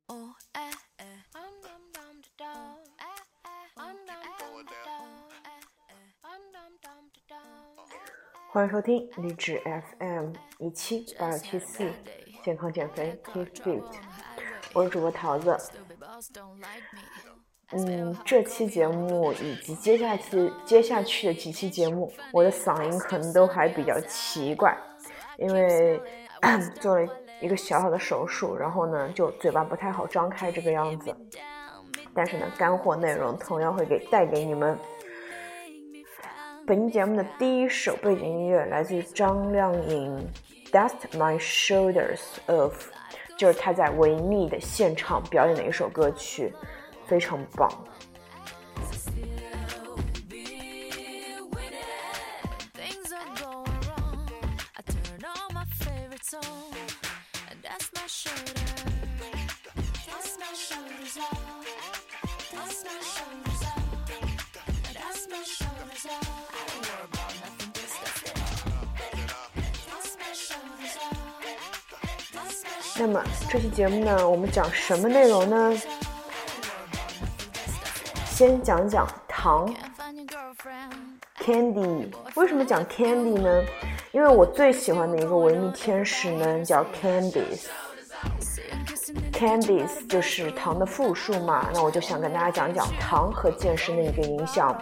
欢迎收听励志 FM17874健康减肥 Keep Fit， 我是主播桃子。这期节目以及接下去的几期节目，我的嗓音可能都还比较奇怪，因为做了一个小小的手术，然后呢就嘴巴不太好张开这个样子，但是呢干货内容同样会带给你们。本期节目的第一首背景音乐来自于张靓颖 Dust My Shoulders Off， 就是她在维密的现场表演的一首歌曲，非常棒。那么这期节目呢，我们讲什么内容呢？先讲讲糖 Candy。 为什么讲 Candy 呢？因为我最喜欢的一个维密天使呢叫 Candice 就是糖的复数嘛，那我就想跟大家讲讲糖和健身的一个影响。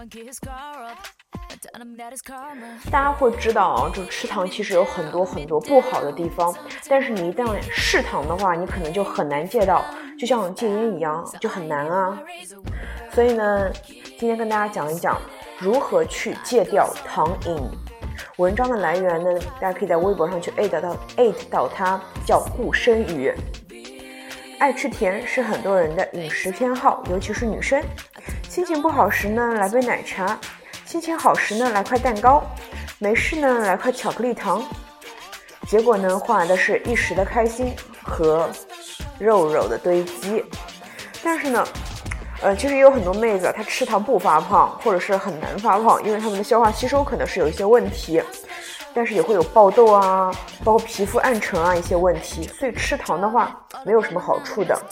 大家会知道啊，就吃糖其实有很多不好的地方，但是你一旦嗜糖的话，你可能就很难戒到，就像戒烟一样，就很难啊。所以呢，今天跟大家讲一讲如何去戒掉糖瘾。文章的来源呢，大家可以在微博上去艾特到它，叫顾生宇。爱吃甜是很多人的饮食偏好，尤其是女生。心情不好时呢，来杯奶茶；心情好时呢，来块蛋糕；没事呢，来块巧克力糖。结果呢，换来的是一时的开心和肉的堆积。但是呢，其实也有很多妹子她吃糖不发胖，或者是很难发胖，因为她们的消化吸收可能是有一些问题，但是也会有爆痘啊，包括皮肤暗沉啊一些问题，所以吃糖的话没有什么好处的。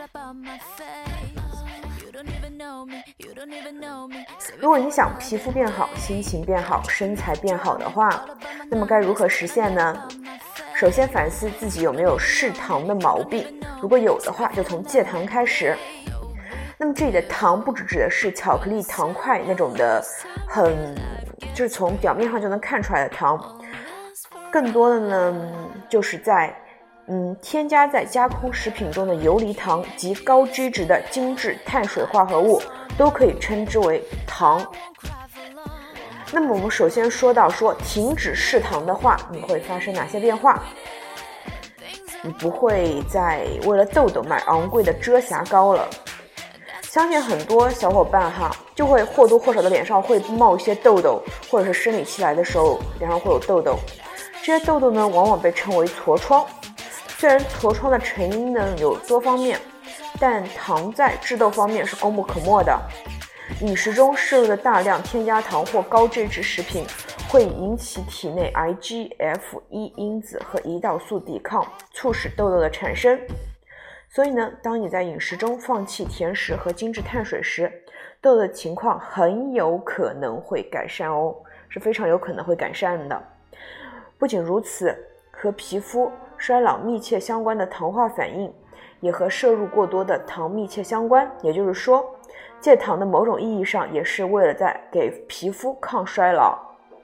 如果你想皮肤变好、心情变好、身材变好的话，那么该如何实现呢？首先反思自己有没有嗜糖的毛病，如果有的话就从戒糖开始。那么这里的糖不只指的是巧克力糖块那种的就是从表面上就能看出来的糖，更多的呢就是添加在加工食品中的游离糖及高脂质的精致碳水化合物都可以称之为糖。那么我们首先说停止嗜糖的话，你会发生哪些变化？你不会再为了痘痘买昂贵的遮瑕膏了。相信很多小伙伴就会或多或少的脸上会冒一些痘痘，或者是生理期来的时候脸上会有痘痘。这些痘痘呢往往被称为痤疮。虽然痤疮的成因呢有多方面，但糖在致痘方面是功不可没的。饮食中摄入的大量添加糖或高脂质食品会引起体内 IGF-1 因子和胰岛素抵抗，促使痘痘的产生。所以呢，当你在饮食中放弃甜食和精致碳水时，痘痘的情况很有可能会改善哦，是非常有可能会改善的。不仅如此，和皮肤衰老密切相关的糖化反应也和摄入过多的糖密切相关，也就是说，戒糖的某种意义上也是为了在给皮肤抗衰老。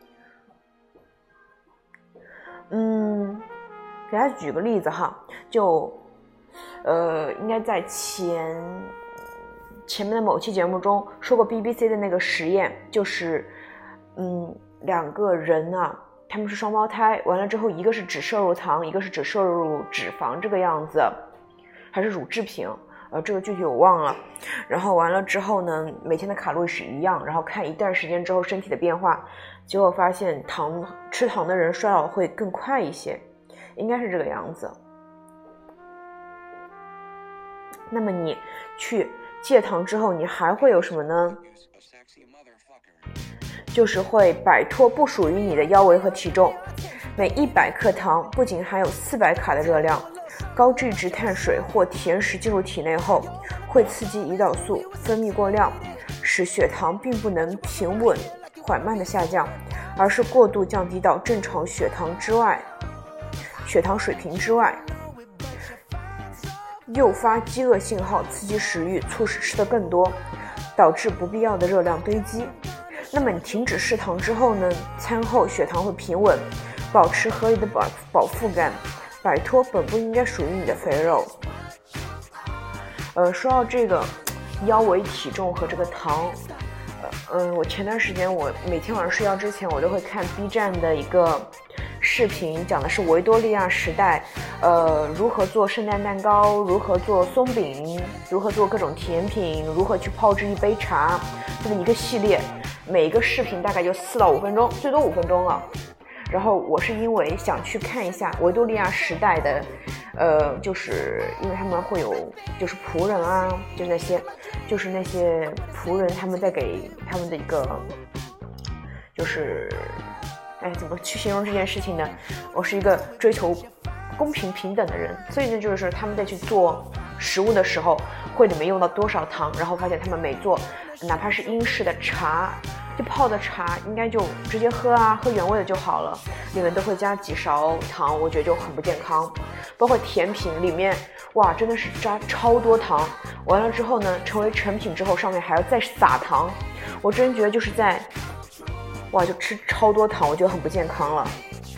给大家举个例子应该在前面的某期节目中说过 BBC 的那个实验，就是两个人他们是双胞胎，完了之后一个是只摄入糖，一个是只摄入脂肪这个样子，还是乳制品，这个具体我忘了。然后完了之后呢，每天的卡路里是一样，然后看一段时间之后身体的变化，结果发现吃糖的人衰老会更快一些，应该是这个样子。那么你去戒糖之后，你还会有什么呢？就是会摆脱不属于你的腰围和体重。每100克糖不仅含有400卡的热量， 高 G 值碳水或甜食进入体内后，会刺激胰岛素分泌过量，使血糖并不能平稳缓慢的下降，而是过度降低到正常血糖水平之外，诱发饥饿信号，刺激食欲，促使吃得更多，导致不必要的热量堆积。那么你停止嗜糖之后呢，餐后血糖会平稳，保持合理的饱腹感，摆脱本不应该属于你的肥肉。说到这个腰围体重和这个糖，我前段时间我每天晚上睡觉之前我都会看 B 站的一个视频，讲的是维多利亚时代如何做圣诞蛋糕，如何做松饼，如何做各种甜品，如何去泡制一杯茶，这么一个系列，每一个视频大概就4到5分钟，最多5分钟了。然后我是因为想去看一下维多利亚时代的就是因为他们会有就是仆人啊，就是那些仆人，他们在给他们的一个就是怎么去形容这件事情呢？我是一个追求公平平等的人，所以呢就是他们在去做食物的时候会里面用到多少糖，然后发现他们每做哪怕是英式的茶，就泡的茶应该就直接喝原味的就好了，里面都会加几勺糖，我觉得就很不健康。包括甜品里面，哇，真的是加超多糖，完了之后呢，成为成品之后上面还要再撒糖，我真觉得就是就吃超多糖，我觉得很不健康了。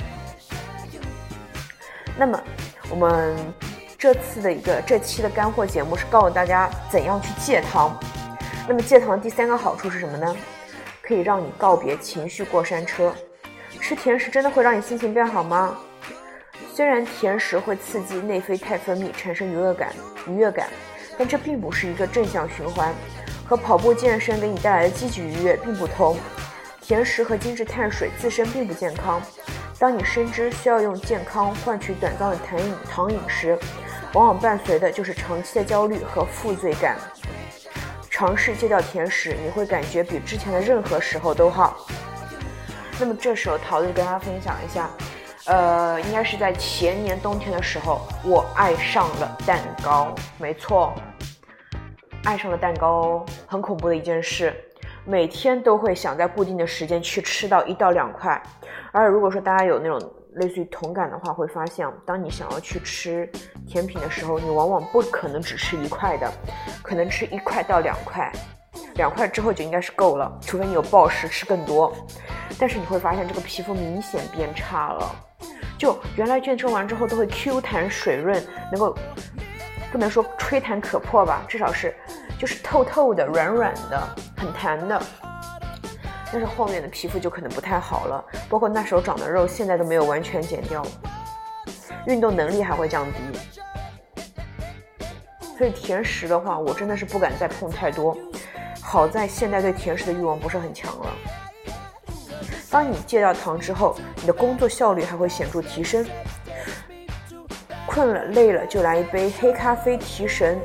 那么我们这期的干货节目是告诉大家怎样去戒糖。那么戒糖的第3个好处是什么呢？可以让你告别情绪过山车。吃甜食真的会让你心情变好吗？虽然甜食会刺激内啡肽分泌，产生愉悦感，但这并不是一个正向循环，和跑步健身给你带来的积极愉悦并不同。甜食和精致碳水自身并不健康，当你深知需要用健康换取短暂的糖瘾时，往往伴随的就是长期的焦虑和负罪感。尝试戒掉甜食，你会感觉比之前的任何时候都好。那么这时候桃子跟大家分享一下，应该是在前年冬天的时候，我爱上了蛋糕。没错，爱上了蛋糕，很恐怖的一件事。每天都会想在固定的时间去吃到1到2块，而如果说大家有那种类似于同感的话，会发现当你想要去吃甜品的时候，你往往不可能只吃1块的，可能吃1块到2块，2块之后就应该是够了，除非你有暴食吃更多。但是你会发现这个皮肤明显变差了，就原来健身完之后都会 Q 弹水润，能够不能说吹弹可破吧，至少是就是透透的软软的很弹的，但是后面的皮肤就可能不太好了，包括那时候长的肉现在都没有完全减掉，运动能力还会降低。所以甜食的话我真的是不敢再碰太多，好在现在对甜食的欲望不是很强了。当你戒掉糖之后，你的工作效率还会显著提升，困了累了就来一杯黑咖啡提神。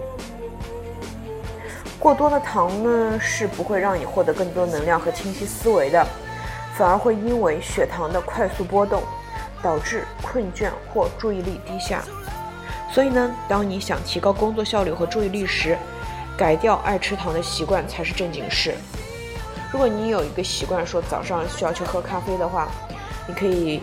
过多的糖呢是不会让你获得更多能量和清晰思维的，反而会因为血糖的快速波动导致困倦或注意力低下。所以呢，当你想提高工作效率和注意力时，改掉爱吃糖的习惯才是正经事。如果你有一个习惯说早上需要去喝咖啡的话，你可以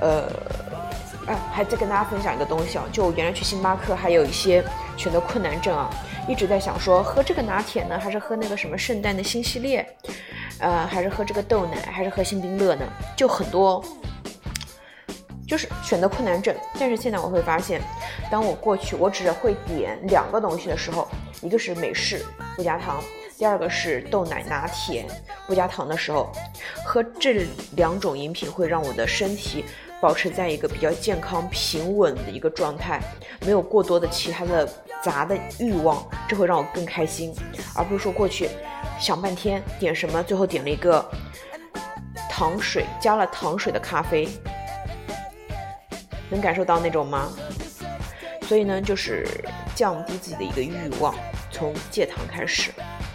还再跟大家分享一个东西啊，就原来去星巴克还有一些选择困难症啊，一直在想说喝这个拿铁呢，还是喝那个什么圣诞的新系列，还是喝这个豆奶，还是喝星冰乐呢，就很多就是选择困难症。但是现在我会发现，当我过去我只会点2个东西的时候，一个是美式不加糖，第2个是豆奶拿铁不加糖的时候，喝这2种饮品会让我的身体保持在一个比较健康平稳的一个状态，没有过多的其他的杂的欲望，这会让我更开心，而不是说过去想半天点什么，最后点了一个糖水加了糖水的咖啡，能感受到那种吗？所以呢，就是降低自己的一个欲望，从戒糖开始。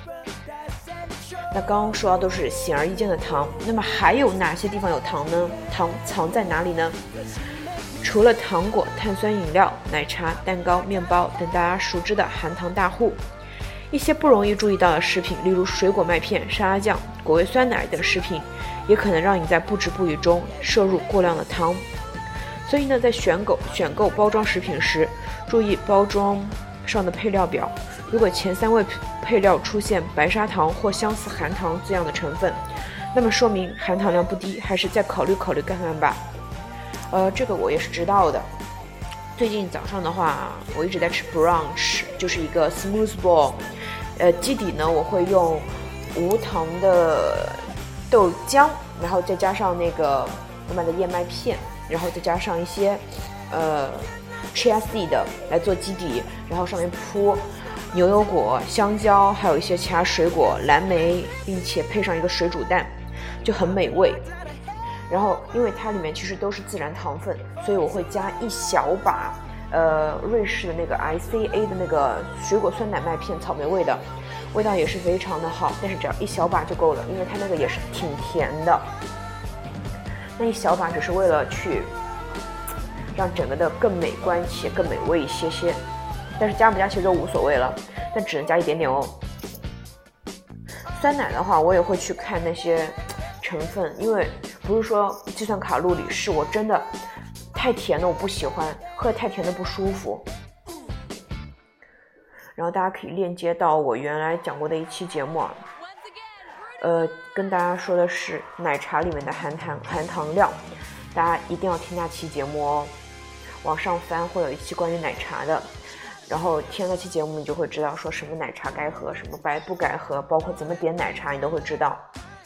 那刚刚说到都是显而易见的糖，那么还有哪些地方有糖呢？糖藏在哪里呢？ 除了糖果、碳酸饮料、奶茶、蛋糕、面包等大家熟知的含糖大户，一些不容易注意到的食品，例如水果麦片、沙拉酱、果味酸奶等食品，也可能让你在不知不觉中摄入过量的糖。所以呢，在选购包装食品时，注意包装上的配料表，如果前3位配料出现白砂糖或相似含糖这样的成分，那么说明含糖量不低，还是再考虑看看吧。这个我也是知道的。最近早上的话，我一直在吃 brunch， 就是一个 smooth ball。基底呢，我会用无糖的豆浆，然后再加上那个我买的燕麦片，然后再加上一些chia seed 来做基底，然后上面铺牛油果、香蕉，还有一些其他水果、蓝莓，并且配上一个水煮蛋，就很美味。然后因为它里面其实都是自然糖分，所以我会加一小把瑞士的那个 ICA 的那个水果酸奶麦片，草莓味的，味道也是非常的好，但是只要一小把就够了，因为它那个也是挺甜的。那一小把只是为了去让整个的更美观且更美味一些些，但是加不加其实都无所谓了，但只能加一点点哦。酸奶的话，我也会去看那些成分，因为不是说计算卡路里，是我真的太甜的我不喜欢，喝太甜的不舒服。然后大家可以链接到我原来讲过的一期节目啊，跟大家说的是奶茶里面的含糖量，大家一定要听那期节目哦。往上翻会有一期关于奶茶的，然后听那期节目你就会知道说什么奶茶该喝，什么不该喝，包括怎么点奶茶你都会知道。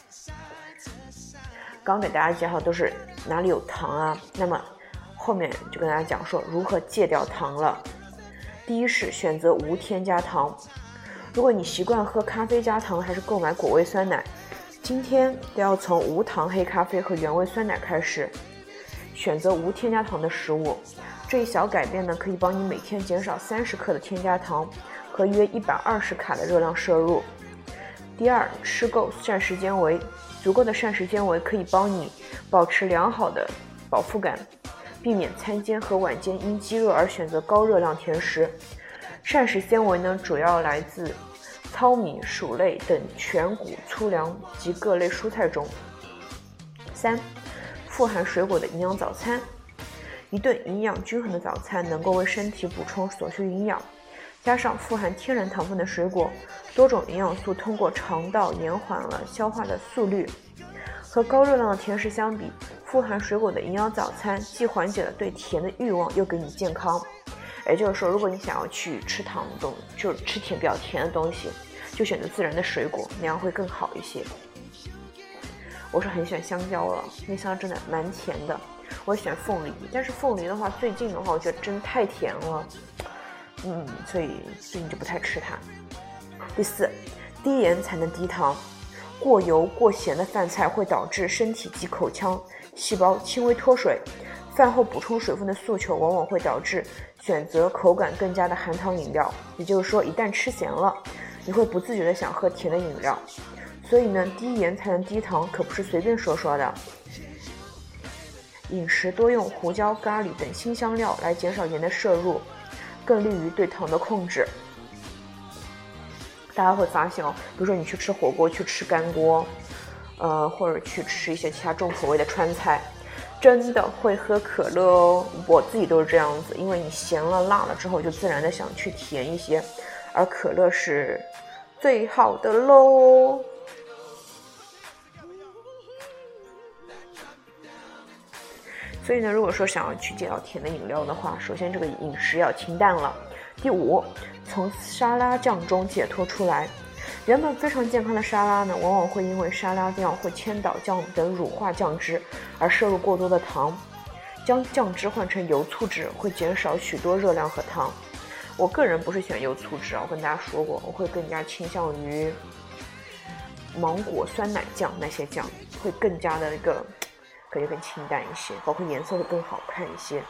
刚给大家介绍都是哪里有糖啊，那么后面就跟大家讲说如何戒掉糖了。第一是选择无添加糖，如果你习惯喝咖啡加糖，还是购买果味酸奶，今天都要从无糖黑咖啡和原味酸奶开始，选择无添加糖的食物。这一小改变呢，可以帮你每天减少30克的添加糖和约120卡的热量摄入。第二，吃够膳食纤维，足够的膳食纤维可以帮你保持良好的饱腹感，避免餐间和晚间因饥饿而选择高热量甜食。膳食纤维呢，主要来自糙米、薯类等全谷粗粮及各类蔬菜中。3. 富含水果的营养早餐，一顿营养均衡的早餐能够为身体补充所需营养，加上富含天然糖分的水果，多种营养素通过肠道延缓了消化的速率。和高热量的甜食相比，富含水果的营养早餐既缓解了对甜的欲望，又给你健康。也就是说，如果你想要去吃糖的东西，就是吃比较甜的东西，就选择自然的水果，那样会更好一些。我是很喜欢香蕉了，那香蕉真的蛮甜的。我也喜欢凤梨，但是凤梨的话，最近的话，我觉得真太甜了，所以最近就不太吃它。第4，低盐才能低糖。过油过咸的饭菜会导致身体及口腔细胞轻微脱水，饭后补充水分的诉求往往会导致选择口感更佳的含糖饮料，也就是说一旦吃咸了，你会不自觉的想喝甜的饮料。所以呢，低盐才能低糖可不是随便说说的。饮食多用胡椒、咖喱等辛香料来减少盐的摄入，更利于对糖的控制。大家会发现哦，比如说你去吃火锅，去吃干锅，或者去吃一些其他重口味的川菜，真的会喝可乐哦。我自己都是这样子，因为你咸了辣了之后，就自然的想去甜一些，而可乐是最好的喽。所以呢，如果说想要去戒掉甜的饮料的话，首先这个饮食要清淡了。第5，从沙拉酱中解脱出来。原本非常健康的沙拉呢，往往会因为沙拉酱会千岛酱等乳化酱汁而摄入过多的糖。将酱汁换成油醋汁会减少许多热量和糖。我个人不是喜欢油醋汁啊，我跟大家说过，我会更加倾向于芒果酸奶酱，那些酱会更加的感觉更清淡一些，包括颜色会更好看一些。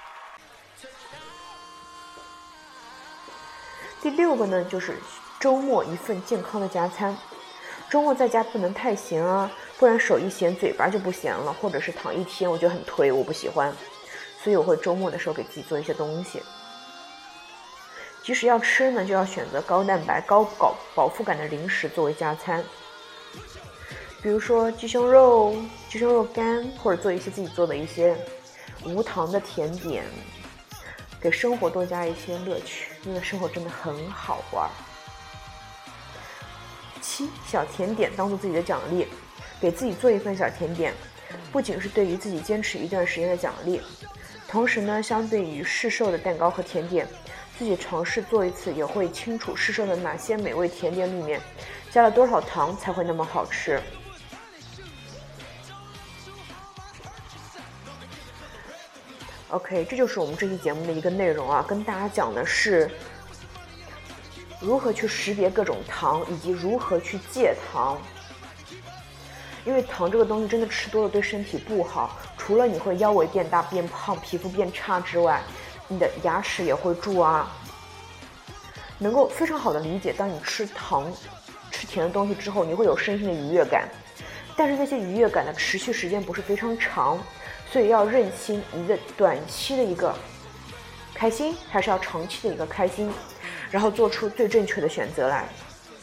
第6个呢，就是周末一份健康的加餐。周末在家不能太咸啊，不然手一咸嘴巴就不咸了，或者是躺一天，我觉得很颓，我不喜欢。 所以我会周末的时候给自己做一些东西。即使要吃呢，就要选择高蛋白、高饱腹感的零食作为加餐，比如说鸡胸肉干，或者做一些自己做的一些无糖的甜点，给生活多加一些乐趣，因为生活真的很好玩。7. 小甜点当做自己的奖励，给自己做一份小甜点，不仅是对于自己坚持一段时间的奖励，同时呢，相对于市售的蛋糕和甜点，自己尝试做一次，也会清楚市售的哪些美味甜点里面加了多少糖才会那么好吃。OK， 这就是我们这期节目的一个内容啊，跟大家讲的是如何去识别各种糖，以及如何去戒糖。因为糖这个东西真的吃多了对身体不好，除了你会腰围变大变胖，皮肤变差之外，你的牙齿也会蛀啊。能够非常好的理解，当你吃糖吃甜的东西之后，你会有身心的愉悦感，但是那些愉悦感的持续时间不是非常长，所以要认清一个短期的一个开心，还是要长期的一个开心，然后做出最正确的选择来。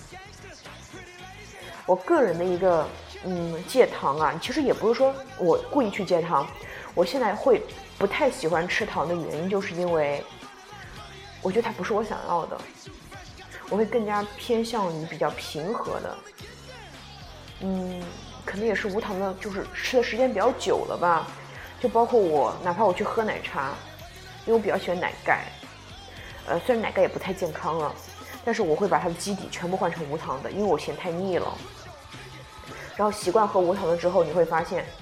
我个人的一个戒糖啊，其实也不是说我故意去戒糖，我现在会不太喜欢吃糖的原因，就是因为我觉得它不是我想要的，我会更加偏向于比较平和的。可能也是无糖的，就是吃的时间比较久了吧。就包括我，哪怕我去喝奶茶，因为我比较喜欢奶盖，虽然奶盖也不太健康了，但是我会把它的基底全部换成无糖的，因为我嫌太腻了。然后习惯喝无糖的之后，你会发现，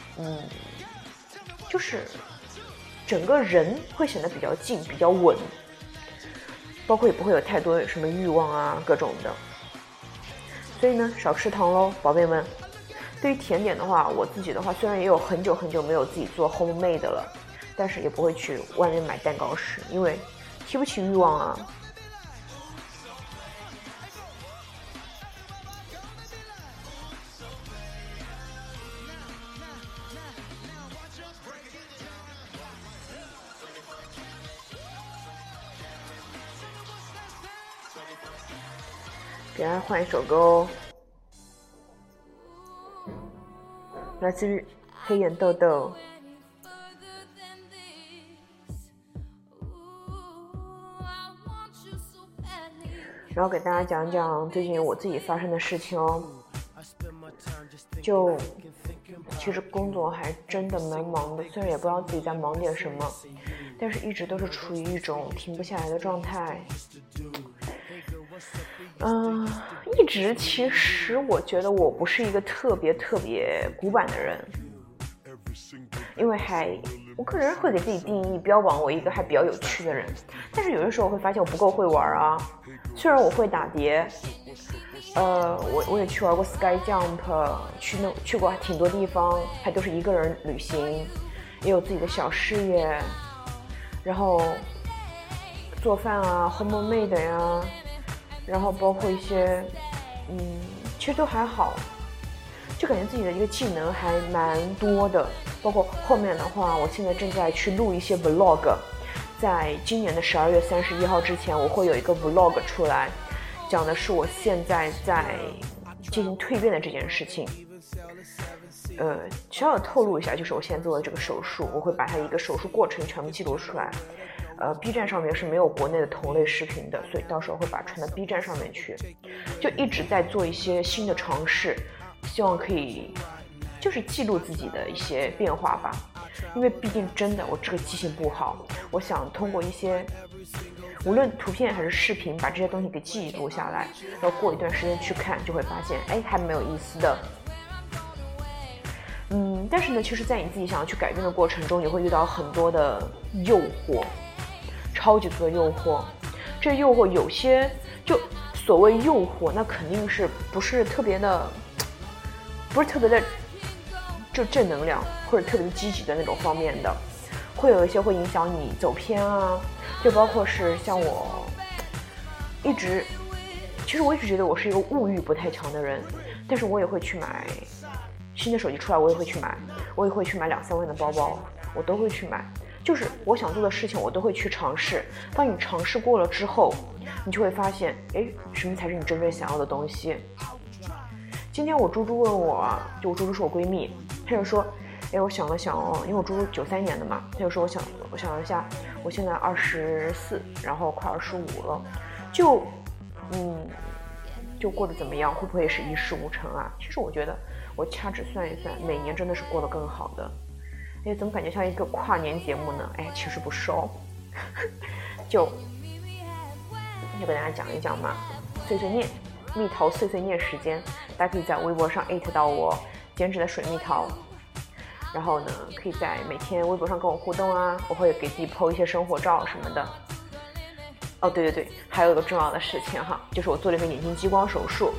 就是整个人会显得比较静，比较稳，包括也不会有太多什么欲望啊，各种的。所以呢，少吃糖咯，宝贝们。对于甜点的话，我自己的话，虽然也有很久很久没有自己做 homemade 了，但是也不会去外面买蛋糕吃，因为提不起欲望啊。给大家换一首歌哦，来自于黑眼豆豆。然后给大家讲讲最近我自己发生的事情哦。就其实工作还真的蛮忙的，虽然也不知道自己在忙点什么，但是一直都是处于一种停不下来的状态。一直其实我觉得我不是一个特别古板的人，因为我个人会给自己定义标榜我一个还比较有趣的人，但是有的时候我会发现我不够会玩啊。虽然我会打碟，我也去玩过 Sky Jump， 去过挺多地方，还都是一个人旅行，也有自己的小事业，然后做饭啊 homemade 呀，然后包括一些其实都还好，就感觉自己的一个技能还蛮多的。包括后面的话，我现在正在去录一些 vlog， 在今年的12月31号之前，我会有一个 vlog 出来，讲的是我现在在进行蜕变的这件事情。小小的透露一下，就是我现在做的这个手术，我会把它一个手术过程全部记录出来。B 站上面是没有国内的同类视频的，所以到时候会把它传到 B 站上面去。就一直在做一些新的尝试，希望可以就是记录自己的一些变化吧。因为毕竟真的我这个记性不好，我想通过一些无论图片还是视频，把这些东西给记录下来，然后过一段时间去看，就会发现还蛮有意思的。但是呢，其实在你自己想要去改变的过程中，你会遇到很多的诱惑，超级多的诱惑。这诱惑有些就所谓诱惑，那肯定是不是特别的就正能量或者特别的积极的那种方面的，会有一些会影响你走偏啊。就包括是像我其实我一直觉得我是一个物欲不太强的人，但是我也会去买新的手机出来，我也会去买，我也会去买2-3万的包包，我都会去买。 就是我想做的事情我都会去尝试，当你尝试过了之后，你就会发现，哎，什么才是你真正想要的东西。今天我猪猪问我，就我猪猪是我闺蜜，她就说，哎，我想了想哦，因为我猪猪93年的嘛，她就说我想了一下，我现在24，然后快25了，就过得怎么样？会不会也是一事无成啊？其实我觉得，我掐指算一算，每年真的是过得更好的。哎，怎么感觉像一个跨年节目呢？哎，其实不是哦，就跟大家讲一讲嘛，碎碎念，蜜桃碎碎念时间，大家可以在微博上艾特到我减脂的水蜜桃，然后呢，可以在每天微博上跟我互动啊，我会给自己 po 一些生活照什么的。哦，对，还有一个重要的事情哈，就是我做了一个眼睛激光手术，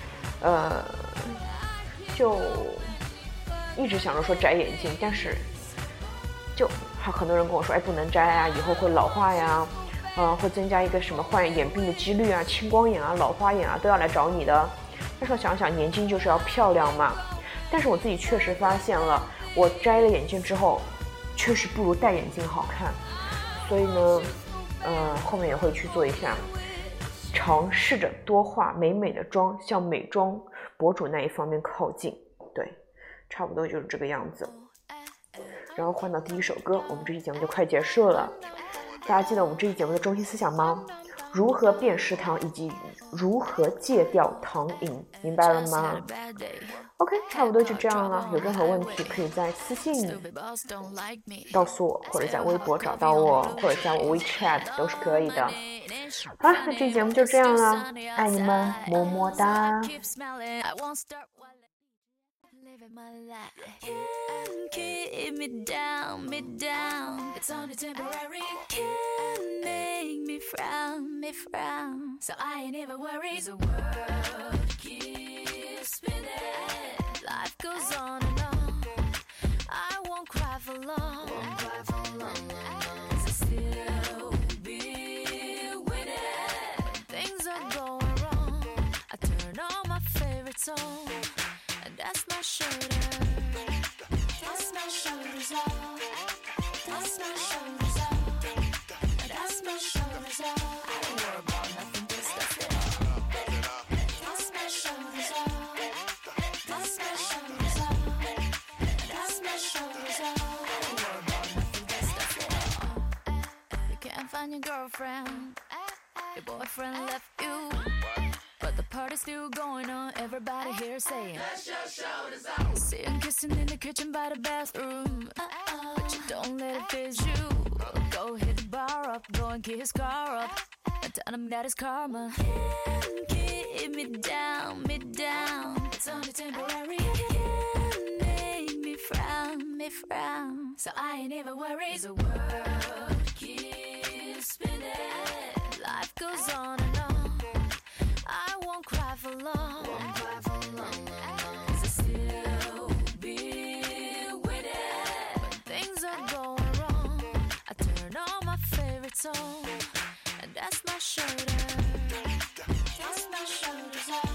就一直想着说摘眼镜，但是就还很多人跟我说，哎，不能摘啊，以后会老化呀，会增加一个什么患眼病的几率啊，青光眼啊、老花眼啊都要来找你的。但是我想想，年轻就是要漂亮嘛。但是我自己确实发现了，我摘了眼镜之后，确实不如戴眼镜好看。所以呢，后面也会去做一下，尝试着多化美美的妆，向美妆博主那一方面靠近。对，差不多就是这个样子。然后换到第一首歌，我们这期节目就快结束了。大家记得我们这期节目的中心思想吗？如何辨识糖以及如何戒掉糖瘾，明白了吗 ？OK， 差不多就这样了。有任何问题可以在私信告诉我，或者在微博找到我，或者加我 WeChat 都是可以的。好了，那这期节目就这样了，爱你们，么么哒。 Living my life can't keep me down, it's only temporary. Can't make me frown, so I ain't ever worried. The world keeps spinning, life goes on and on. I won't cry for long, cause I still be winning. Things are going wrong, I turn on my favorite song, and that's my shoulder, that's my shoulders off, that's my shoulders off, that's my shoulders off. I don't worry about nothing, just that's it. That's my shoulders off, that's my shoulders off, that's my shoulders off. I don't worry about nothing, just that's it. You can't find your girlfriend, your boyfriend left you, but the party's still going on, everybody here saying that's your shoulders out. See him kissing in the kitchen by the bathroom, but you don't let it phase you. Go hit the bar up, go and get his car up, and tell him that it's karma. Can't keep me down, it's only temporary. Can't make me frown, so I ain't ever worried. The world keeps spinning, life goes on and on. I won't cry for long, cause I still be winning. When things are going wrong, I turn on my favorite song, and that's my shoulder, that's my shoulders off.